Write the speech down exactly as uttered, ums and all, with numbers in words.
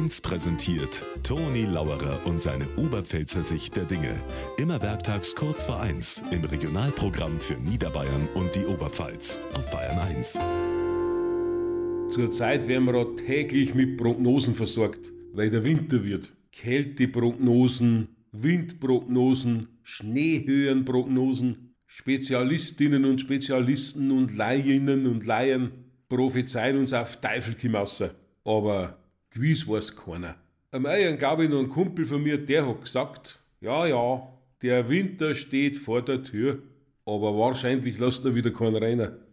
eins präsentiert Toni Lauerer und seine Oberpfälzer Sicht der Dinge. Immer werktags kurz vor eins im Regionalprogramm für Niederbayern und die Oberpfalz auf Bayern eins. Zurzeit werden wir auch täglich mit Prognosen versorgt, weil der Winter wird. Kälteprognosen, Windprognosen, Schneehöhenprognosen, Spezialistinnen und Spezialisten und Laien und Laien prophezeien uns auf Teufel komm raus. Aber gewiss weiß keiner. Am Eiern glaube ich noch ein Kumpel von mir, der hat gesagt, ja, ja, der Winter steht vor der Tür, aber wahrscheinlich lässt er wieder keinen rein.